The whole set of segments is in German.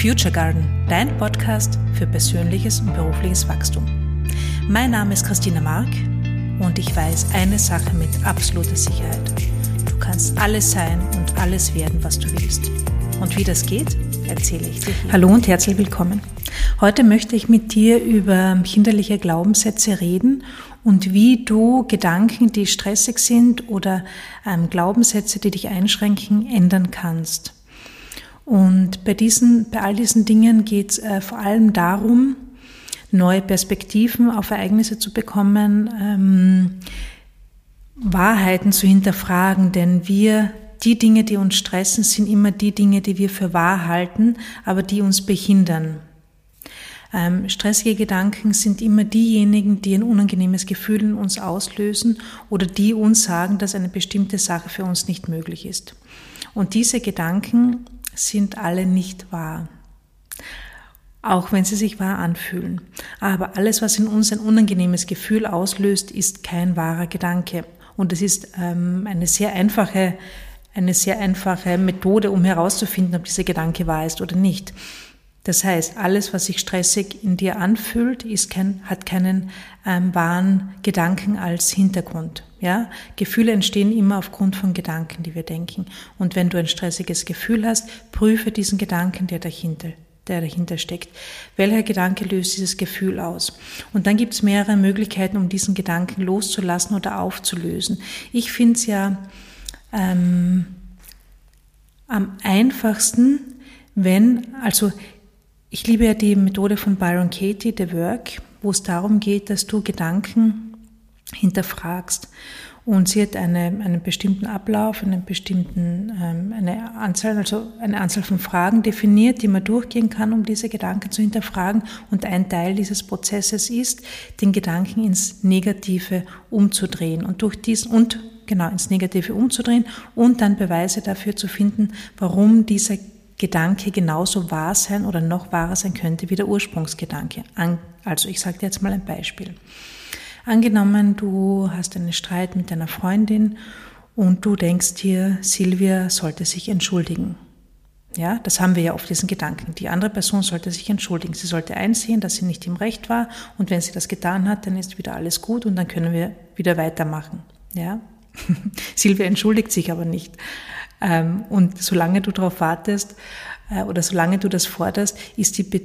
Future Garden, dein Podcast für persönliches und berufliches Wachstum. Mein Name ist Christina Mark und ich weiß eine Sache mit absoluter Sicherheit. Du kannst alles sein und alles werden, was du willst. Und wie das geht, erzähle ich dir hier. Hallo und herzlich willkommen. Heute möchte ich mit dir über hinderliche Glaubenssätze reden und wie du Gedanken, die stressig sind oder Glaubenssätze, die dich einschränken, ändern kannst. Und bei all diesen Dingen geht es vor allem darum, neue Perspektiven auf Ereignisse zu bekommen, Wahrheiten zu hinterfragen, denn die Dinge, die uns stressen, sind immer die Dinge, die wir für wahr halten, aber die uns behindern. Stressige Gedanken sind immer diejenigen, die ein unangenehmes Gefühl in uns auslösen oder die uns sagen, dass eine bestimmte Sache für uns nicht möglich ist. Und diese Gedanken sind alle nicht wahr, auch wenn sie sich wahr anfühlen. Aber alles, was in uns ein unangenehmes Gefühl auslöst, ist kein wahrer Gedanke. Und es ist eine sehr einfache Methode, um herauszufinden, ob dieser Gedanke wahr ist oder nicht. Das heißt, alles, was sich stressig in dir anfühlt, hat keinen wahren Gedanken als Hintergrund. Ja? Gefühle entstehen immer aufgrund von Gedanken, die wir denken. Und wenn du ein stressiges Gefühl hast, prüfe diesen Gedanken, der dahinter steckt. Welcher Gedanke löst dieses Gefühl aus? Und dann gibt es mehrere Möglichkeiten, um diesen Gedanken loszulassen oder aufzulösen. Ich finde es ja am einfachsten, ich liebe ja die Methode von Byron Katie, The Work, wo es darum geht, dass du Gedanken hinterfragst. Und sie hat einen bestimmten Ablauf, eine Anzahl von Fragen definiert, die man durchgehen kann, um diese Gedanken zu hinterfragen. Und ein Teil dieses Prozesses ist, den Gedanken ins Negative umzudrehen ins Negative umzudrehen und dann Beweise dafür zu finden, warum dieser Gedanke genauso wahr sein oder noch wahrer sein könnte wie der Ursprungsgedanke. Also ich sage dir jetzt mal ein Beispiel. Angenommen, du hast einen Streit mit deiner Freundin und du denkst dir, Silvia sollte sich entschuldigen. Ja, das haben wir ja oft, diesen Gedanken. Die andere Person sollte sich entschuldigen. Sie sollte einsehen, dass sie nicht im Recht war und wenn sie das getan hat, dann ist wieder alles gut und dann können wir wieder weitermachen. Ja? Silvia entschuldigt sich aber nicht. Und solange du darauf wartest oder solange du das forderst, bist du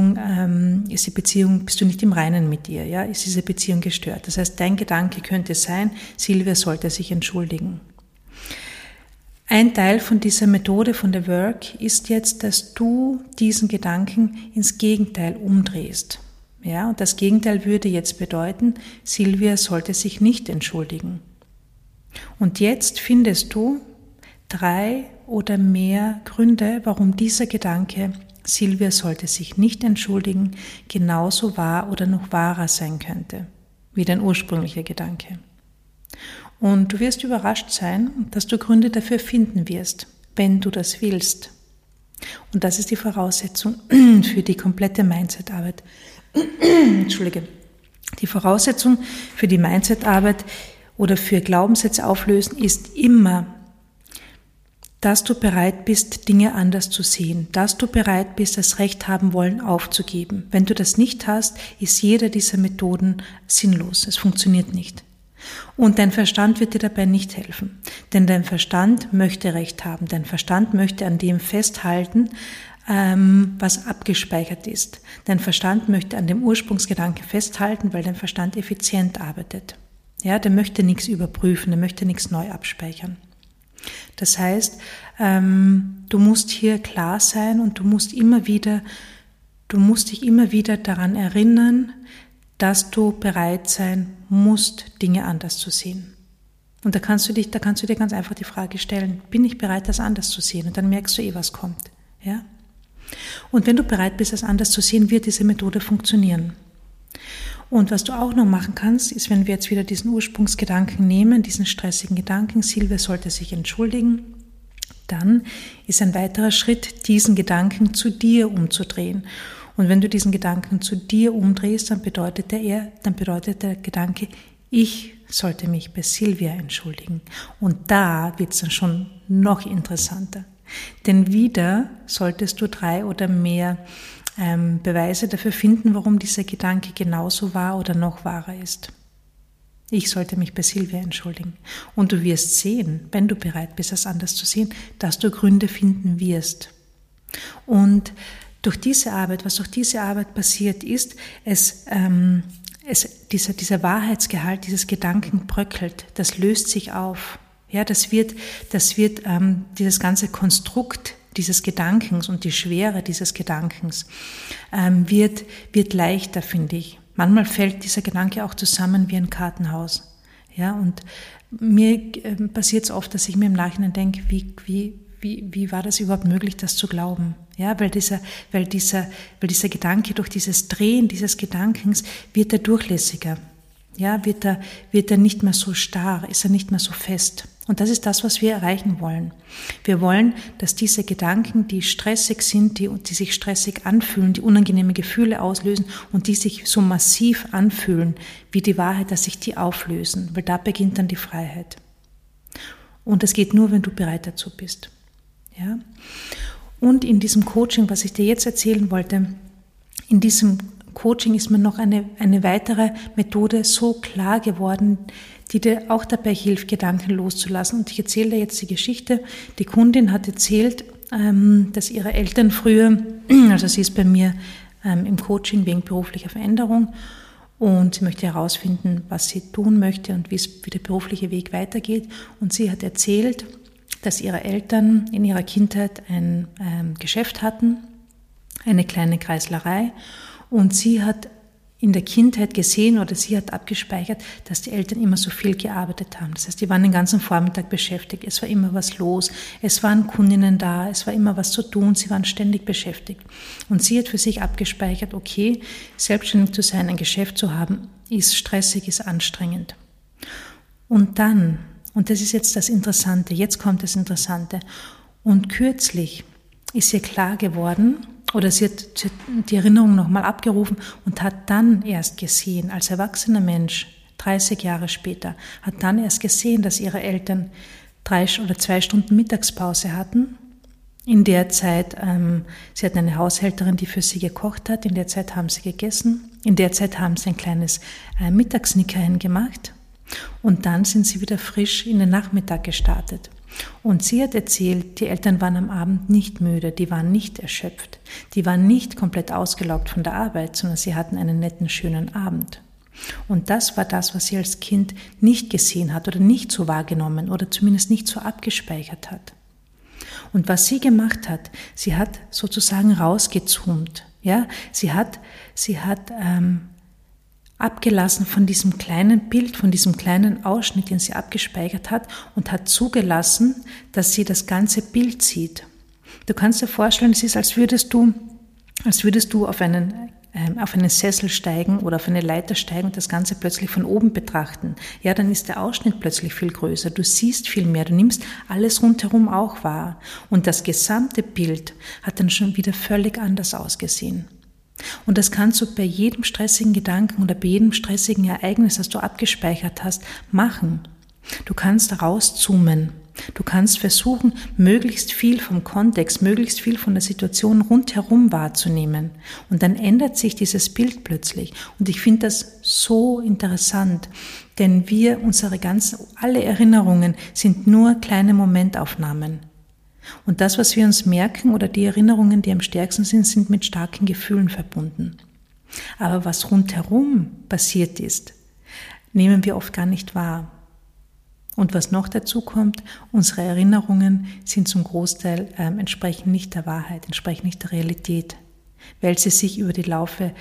nicht im Reinen mit ihr, ja? Ist diese Beziehung gestört. Das heißt, dein Gedanke könnte sein, Silvia sollte sich entschuldigen. Ein Teil von dieser Methode von The Work ist jetzt, dass du diesen Gedanken ins Gegenteil umdrehst. Ja? Und das Gegenteil würde jetzt bedeuten, Silvia sollte sich nicht entschuldigen. Und jetzt findest du 3 oder mehr Gründe, warum dieser Gedanke, Silvia sollte sich nicht entschuldigen, genauso wahr oder noch wahrer sein könnte, wie dein ursprünglicher Gedanke. Und du wirst überrascht sein, dass du Gründe dafür finden wirst, wenn du das willst. Und das ist die Voraussetzung für die komplette Mindset-Arbeit. Entschuldige. Die Voraussetzung für die Mindset-Arbeit oder für Glaubenssätze auflösen ist immer, dass du bereit bist, Dinge anders zu sehen, dass du bereit bist, das Recht haben wollen aufzugeben. Wenn du das nicht hast, ist jede dieser Methoden sinnlos. Es funktioniert nicht. Und dein Verstand wird dir dabei nicht helfen. Denn dein Verstand möchte Recht haben. Dein Verstand möchte an dem festhalten, was abgespeichert ist. Dein Verstand möchte an dem Ursprungsgedanken festhalten, weil dein Verstand effizient arbeitet. Ja, der möchte nichts überprüfen, der möchte nichts neu abspeichern. Das heißt, du musst hier klar sein und du musst dich immer wieder daran erinnern, dass du bereit sein musst, Dinge anders zu sehen. Und da kannst du dir ganz einfach die Frage stellen, bin ich bereit, das anders zu sehen? Und dann merkst du was kommt. Ja? Und wenn du bereit bist, das anders zu sehen, wird diese Methode funktionieren. Und was du auch noch machen kannst, ist, wenn wir jetzt wieder diesen Ursprungsgedanken nehmen, diesen stressigen Gedanken, Silvia sollte sich entschuldigen, dann ist ein weiterer Schritt, diesen Gedanken zu dir umzudrehen. Und wenn du diesen Gedanken zu dir umdrehst, dann bedeutet der Gedanke, ich sollte mich bei Silvia entschuldigen. Und da wird es dann schon noch interessanter. Denn wieder solltest du 3 oder mehr Beweise dafür finden, warum dieser Gedanke genauso wahr oder noch wahrer ist. Ich sollte mich bei Silvia entschuldigen. Und du wirst sehen, wenn du bereit bist, das anders zu sehen, dass du Gründe finden wirst. Und durch diese Arbeit, was durch diese Arbeit passiert ist, dieser Wahrheitsgehalt dieses Gedanken bröckelt, das löst sich auf. Ja, das wird dieses ganze Konstrukt dieses Gedankens und die Schwere dieses Gedankens wird leichter, finde ich. Manchmal fällt dieser Gedanke auch zusammen wie ein Kartenhaus. Ja, und mir passiert es oft, dass ich mir im Nachhinein denke, wie war das überhaupt möglich, das zu glauben? Ja, weil dieser Gedanke durch dieses Drehen dieses Gedankens wird er durchlässiger. Ja, wird er nicht mehr so starr, ist er nicht mehr so fest. Und das ist das, was wir erreichen wollen. Wir wollen, dass diese Gedanken, die stressig sind, die sich stressig anfühlen, die unangenehme Gefühle auslösen und die sich so massiv anfühlen wie die Wahrheit, dass sich die auflösen, weil da beginnt dann die Freiheit. Und das geht nur, wenn du bereit dazu bist. Ja? Und in diesem Coaching, was ich dir jetzt erzählen wollte, in diesem Coaching ist mir noch eine weitere Methode so klar geworden, die dir auch dabei hilft, Gedanken loszulassen. Und ich erzähle dir jetzt die Geschichte. Die Kundin hat erzählt, dass ihre Eltern früher, also sie ist bei mir im Coaching wegen beruflicher Veränderung und sie möchte herausfinden, was sie tun möchte und wie der berufliche Weg weitergeht. Und sie hat erzählt, dass ihre Eltern in ihrer Kindheit ein Geschäft hatten, eine kleine Kreislerei. Und sie hat in der Kindheit gesehen oder sie hat abgespeichert, dass die Eltern immer so viel gearbeitet haben. Das heißt, die waren den ganzen Vormittag beschäftigt, es war immer was los, es waren Kundinnen da, es war immer was zu tun, sie waren ständig beschäftigt. Und sie hat für sich abgespeichert, okay, selbstständig zu sein, ein Geschäft zu haben, ist stressig, ist anstrengend. Und dann, und das ist jetzt das Interessante, jetzt kommt das Interessante, und kürzlich ist ihr klar geworden, oder sie hat die Erinnerung nochmal abgerufen und hat dann erst gesehen, als erwachsener Mensch, 30 Jahre später, hat dann erst gesehen, dass ihre Eltern 3 oder 2 Stunden Mittagspause hatten. In der Zeit, sie hatten eine Haushälterin, die für sie gekocht hat, in der Zeit haben sie gegessen, in der Zeit haben sie ein kleines Mittagsnickerchen gemacht und dann sind sie wieder frisch in den Nachmittag gestartet. Und sie hat erzählt, die Eltern waren am Abend nicht müde, die waren nicht erschöpft, die waren nicht komplett ausgelaugt von der Arbeit, sondern sie hatten einen netten, schönen Abend. Und das war das, was sie als Kind nicht gesehen hat oder nicht so wahrgenommen oder zumindest nicht so abgespeichert hat. Und was sie gemacht hat, sie hat sozusagen rausgezoomt. Ja? Sie hat abgelassen von diesem kleinen Bild, von diesem kleinen Ausschnitt, den sie abgespeichert hat und hat zugelassen, dass sie das ganze Bild sieht. Du kannst dir vorstellen, es ist, als würdest du auf einen Sessel steigen oder auf eine Leiter steigen und das Ganze plötzlich von oben betrachten. Ja, dann ist der Ausschnitt plötzlich viel größer. Du siehst viel mehr, du nimmst alles rundherum auch wahr. Und das gesamte Bild hat dann schon wieder völlig anders ausgesehen. Und das kannst du bei jedem stressigen Gedanken oder bei jedem stressigen Ereignis, das du abgespeichert hast, machen. Du kannst rauszoomen. Du kannst versuchen, möglichst viel vom Kontext, möglichst viel von der Situation rundherum wahrzunehmen. Und dann ändert sich dieses Bild plötzlich. Und ich finde das so interessant, denn alle Erinnerungen sind nur kleine Momentaufnahmen. Und das, was wir uns merken oder die Erinnerungen, die am stärksten sind, sind mit starken Gefühlen verbunden. Aber was rundherum passiert ist, nehmen wir oft gar nicht wahr. Und was noch dazu kommt, unsere Erinnerungen sind zum Großteil entsprechen nicht der Wahrheit, entsprechen nicht der Realität, weil sie sich über die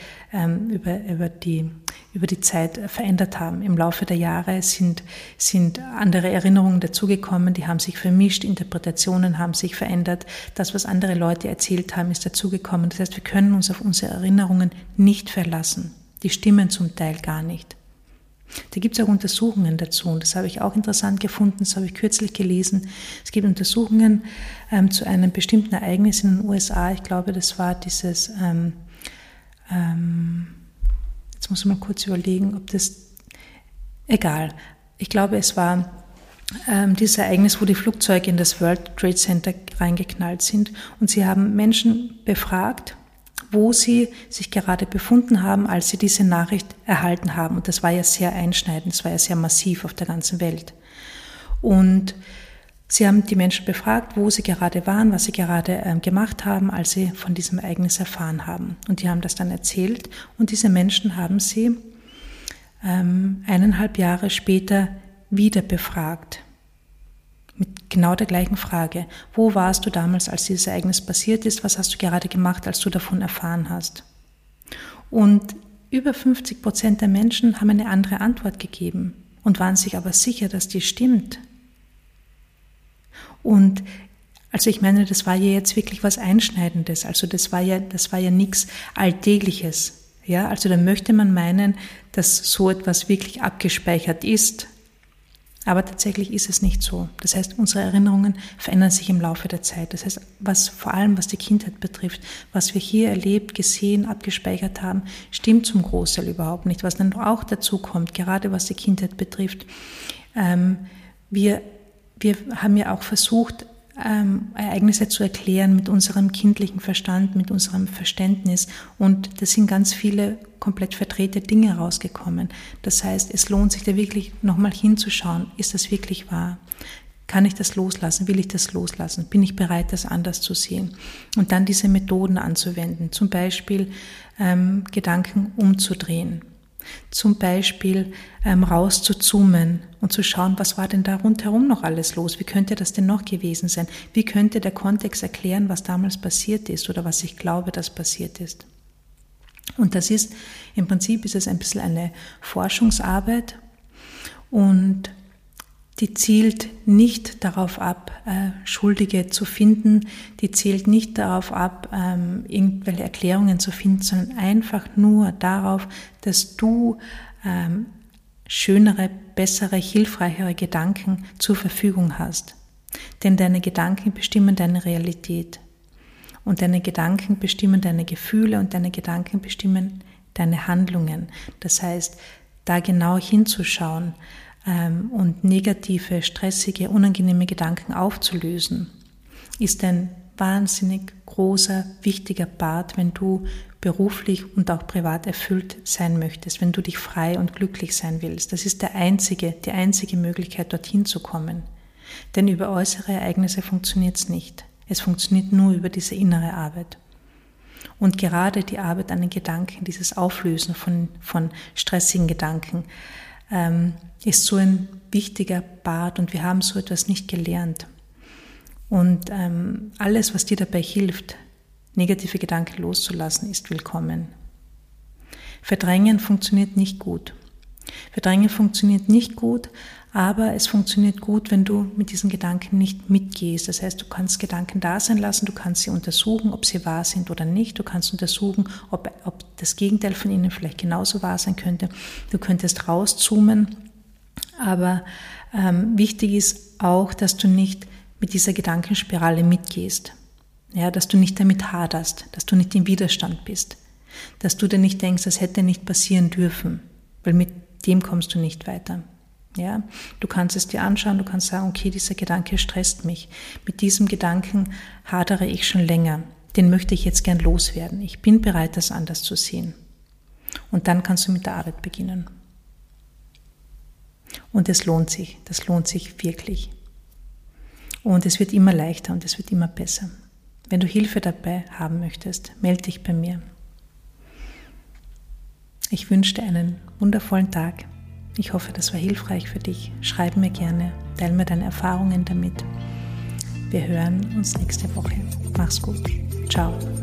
Zeit verändert haben. Im Laufe der Jahre sind andere Erinnerungen dazugekommen, die haben sich vermischt, Interpretationen haben sich verändert. Das, was andere Leute erzählt haben, ist dazugekommen. Das heißt, wir können uns auf unsere Erinnerungen nicht verlassen. Die stimmen zum Teil gar nicht. Da gibt es auch Untersuchungen dazu und das habe ich auch interessant gefunden, das habe ich kürzlich gelesen. Es gibt Untersuchungen zu einem bestimmten Ereignis in den USA. Ich glaube, das war dieses, jetzt muss ich mal kurz überlegen, ob das, egal. Ich glaube, es war dieses Ereignis, wo die Flugzeuge in das World Trade Center reingeknallt sind. Und sie haben Menschen befragt, wo sie sich gerade befunden haben, als sie diese Nachricht erhalten haben. Und das war ja sehr einschneidend, das war ja sehr massiv auf der ganzen Welt. Und sie haben die Menschen befragt, wo sie gerade waren, was sie gerade gemacht haben, als sie von diesem Ereignis erfahren haben. Und die haben das dann erzählt. Und diese Menschen haben sie 1,5 Jahre später wieder befragt. Mit genau der gleichen Frage. Wo warst du damals, als dieses Ereignis passiert ist? Was hast du gerade gemacht, als du davon erfahren hast? Und über 50% der Menschen haben eine andere Antwort gegeben und waren sich aber sicher, dass die stimmt. Und also ich meine, das war ja jetzt wirklich was Einschneidendes. Also das war ja nichts Alltägliches. Ja, also da möchte man meinen, dass so etwas wirklich abgespeichert ist. Aber tatsächlich ist es nicht so. Das heißt, unsere Erinnerungen verändern sich im Laufe der Zeit. Das heißt, vor allem was die Kindheit betrifft, was wir hier erlebt, gesehen, abgespeichert haben, stimmt zum Großteil überhaupt nicht. Was dann auch dazu kommt, gerade was die Kindheit betrifft, wir haben ja auch versucht, Ereignisse zu erklären mit unserem kindlichen Verstand, mit unserem Verständnis, und da sind ganz viele komplett verdrehte Dinge rausgekommen. Das heißt, es lohnt sich da wirklich nochmal hinzuschauen, ist das wirklich wahr? Kann ich das loslassen? Will ich das loslassen? Bin ich bereit, das anders zu sehen? Und dann diese Methoden anzuwenden, zum Beispiel Gedanken umzudrehen. Zum Beispiel raus zu zoomen und zu schauen, was war denn da rundherum noch alles los? Wie könnte das denn noch gewesen sein? Wie könnte der Kontext erklären, was damals passiert ist oder was ich glaube, dass passiert ist? Und das ist, im Prinzip ist es ein bisschen eine Forschungsarbeit, und die zielt nicht darauf ab, Schuldige zu finden, die zielt nicht darauf ab, irgendwelche Erklärungen zu finden, sondern einfach nur darauf, dass du schönere, bessere, hilfreichere Gedanken zur Verfügung hast. Denn deine Gedanken bestimmen deine Realität. Und deine Gedanken bestimmen deine Gefühle und deine Gedanken bestimmen deine Handlungen. Das heißt, da genau hinzuschauen, und negative, stressige, unangenehme Gedanken aufzulösen, ist ein wahnsinnig großer, wichtiger Part, wenn du beruflich und auch privat erfüllt sein möchtest, wenn du dich frei und glücklich sein willst. Das ist die einzige Möglichkeit, dorthin zu kommen. Denn über äußere Ereignisse funktioniert es nicht. Es funktioniert nur über diese innere Arbeit. Und gerade die Arbeit an den Gedanken, dieses Auflösen von stressigen Gedanken, ist so ein wichtiger Part, und wir haben so etwas nicht gelernt. Und alles, was dir dabei hilft, negative Gedanken loszulassen, ist willkommen. Verdrängen funktioniert nicht gut. Verdrängen funktioniert nicht gut, aber es funktioniert gut, wenn du mit diesen Gedanken nicht mitgehst. Das heißt, du kannst Gedanken da sein lassen, du kannst sie untersuchen, ob sie wahr sind oder nicht. Du kannst untersuchen, ob das Gegenteil von ihnen vielleicht genauso wahr sein könnte. Du könntest rauszoomen, aber wichtig ist auch, dass du nicht mit dieser Gedankenspirale mitgehst. Ja, dass du nicht damit haderst, dass du nicht im Widerstand bist, dass du dir nicht denkst, das hätte nicht passieren dürfen, weil mit dem kommst du nicht weiter. Ja, du kannst es dir anschauen, du kannst sagen, okay, dieser Gedanke stresst mich. Mit diesem Gedanken hadere ich schon länger. Den möchte ich jetzt gern loswerden. Ich bin bereit, das anders zu sehen. Und dann kannst du mit der Arbeit beginnen. Und es lohnt sich. Das lohnt sich wirklich. Und es wird immer leichter und es wird immer besser. Wenn du Hilfe dabei haben möchtest, melde dich bei mir. Ich wünsche dir einen wundervollen Tag. Ich hoffe, das war hilfreich für dich. Schreib mir gerne, teile mir deine Erfahrungen damit. Wir hören uns nächste Woche. Mach's gut. Ciao.